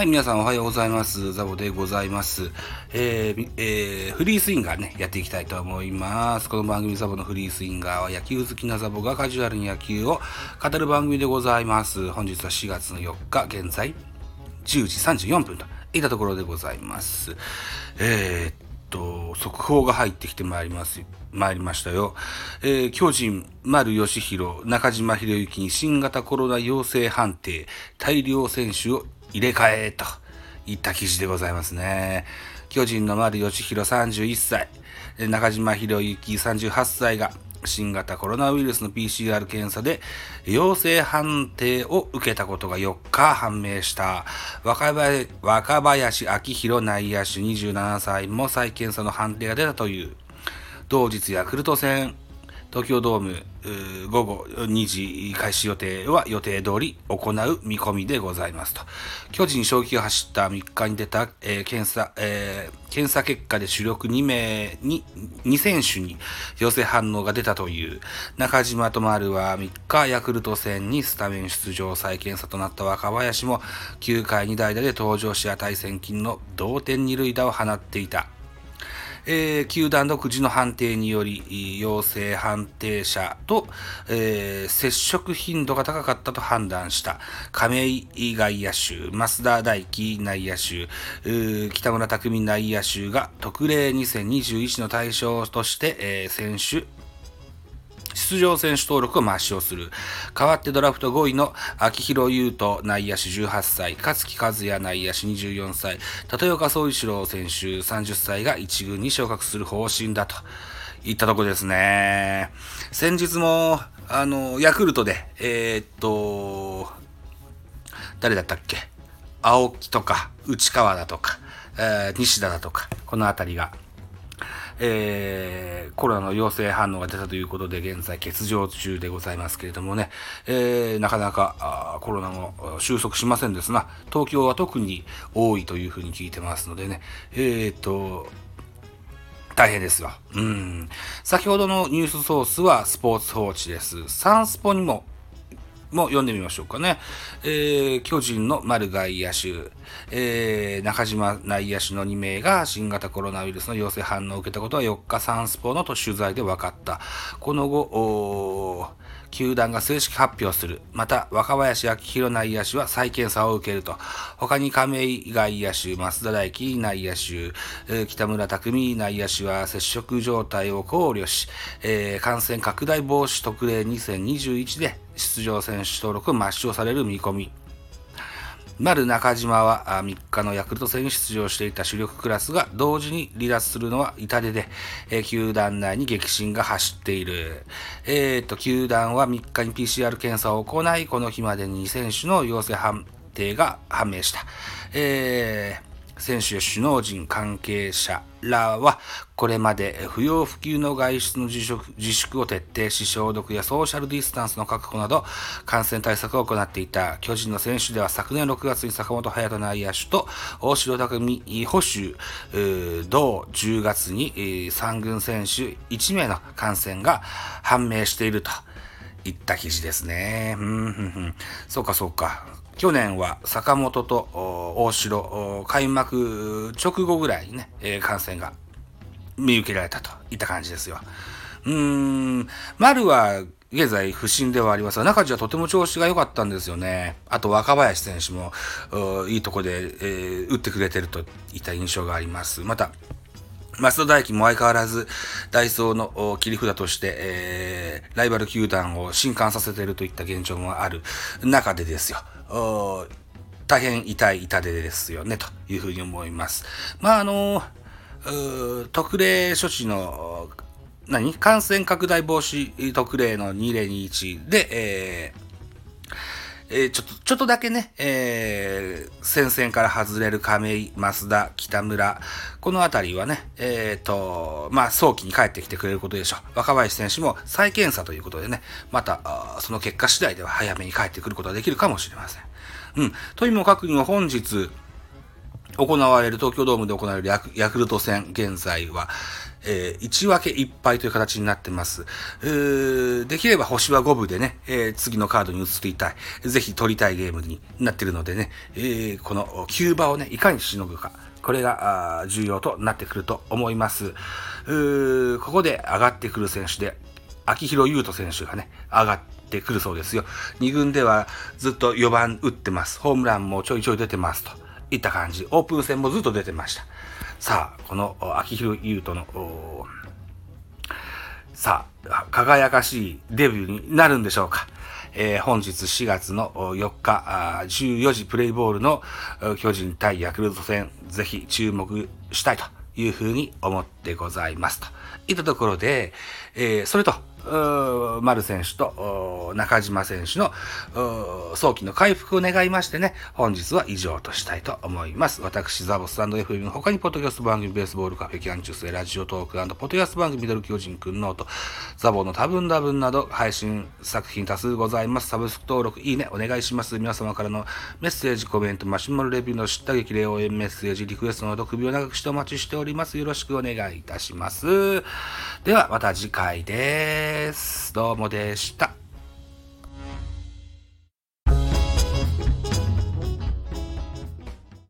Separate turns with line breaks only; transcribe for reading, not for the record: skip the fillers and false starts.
、皆さんおはようございます。ザボでございます。フリースインガーね、やっていきたいと思います。この番組ザボのフリースインガーは野球好きなザボがカジュアルに野球を語る番組でございます。本日は4月の4日、現在10時34分といったところでございます。速報が入ってきてまいりましたよ。巨人、丸佳弘、中島博之に新型コロナ陽性判定、大量選手を入れ替えといった記事でございますね。巨人の丸佳弘31歳、中島博之38歳が新型コロナウイルスの PCR 検査で陽性判定を受けたことが4日判明した。若林昭弘内野手27歳も再検査の判定が出たという。同日ヤクルト戦東京ドーム午後2時開始予定は予定通り行う見込みでございますと。巨人正気が走った3日に出た、検査結果で主力2選手に陽性反応が出たという。中島と丸は3日ヤクルト戦にスタメン出場再検査となった若林も9回に代打で登場し値千金の同点二塁打を放っていた。球団独自の判定により陽性判定者と、接触頻度が高かったと判断した亀井外野手、増田大輝内野手、北村匠海内野手が特例2021の対象として、出場選手登録を抹消する。代わってドラフト5位の秋広優斗内野手18歳、勝木和也内野手24歳、立岡総一郎選手30歳が1軍に昇格する方針だといったとこですね。先日もヤクルトで誰だったっけ、青木とか内川だとか、西田だとか、このあたりがコロナの陽性反応が出たということで現在欠場中でございますけれどもね、なかなかコロナも収束しませんですな。東京は特に多いというふうに聞いてますのでね、大変ですよ。先ほどのニュースソースはスポーツ報知です。サンスポにも読んでみましょうかね。巨人の丸外野手、中島内野手の2名が新型コロナウイルスの陽性反応を受けたことは4日サンスポの取材で分かった。この後、球団が正式発表する。また、若林昭弘内野手は再検査を受けると。他に亀井外野手、増田大輝内野手、北村匠海内野手は接触状態を考慮し、感染拡大防止特例2021で出場選手登録を抹消される見込み。丸中島は3日のヤクルト戦に出場していた主力クラスが同時に離脱するのは痛手で、球団内に激震が走っている。球団は3日に PCR 検査を行い、この日までに2選手の陽性判定が判明した。選手や首脳陣関係者らはこれまで不要不急の外出の自粛を徹底し、消毒やソーシャルディスタンスの確保など感染対策を行っていた。巨人の選手では昨年6月に坂本勇人内野手と大城匠捕手、同10月に3軍選手1名の感染が判明しているといった記事ですね。そうか。去年は坂本と大城、開幕直後ぐらいにね、感染が見受けられたといった感じですよ。丸は現在不振ではありますが、中地はとても調子が良かったんですよね。あと若林選手もいいとこで、打ってくれてるといった印象があります。また増田大輝も相変わらずダイソーの切り札として、ライバル球団を震撼させているといった現状もある中でですよ。大変痛手ですよねというふうに思います。特例処置の感染拡大防止特例の2021で、ちょっとだけね、戦線から外れる亀井、増田、北村、このあたりはね、早期に帰ってきてくれることでしょう。若林選手も再検査ということでね、また、その結果次第では早めに帰ってくることができるかもしれません。とにもかくにも本日、東京ドームで行われるヤクルト戦、現在は、 1分け1敗という形になってます。できれば星は5分でね、次のカードに移っていたい。ぜひ取りたいゲームになっているのでね、このキューバをね、いかにしのぐか。これが重要となってくると思います。ここで上がってくる選手で、秋広優斗選手がね、上がってくるそうですよ。2軍ではずっと4番打ってます。ホームランもちょいちょい出てますといった感じ。オープン戦もずっと出てました。さあ、この秋広優斗のさあ、輝かしいデビューになるんでしょうか。本日4月の4日、14時プレイボールの巨人対ヤクルト戦、ぜひ注目したいというふうに思ってございます。といったところで、それと、丸選手と中島選手の早期の回復を願いましてね、本日は以上としたいと思います。私、ザボス&FM の他にポッドキャスト番組ベースボールカフェキャン中世ラジオトーク&ポッドキャスト番組ミドル巨人くんノート、ザボの多分多分など配信作品多数ございます。サブスク登録、いいねお願いします。皆様からのメッセージ、コメント、マシュマロレビューの知った激励応援メッセージ、リクエストの読首を長くしてお待ちしております。よろしくお願いいたします。ではまた次回です。どうもでした。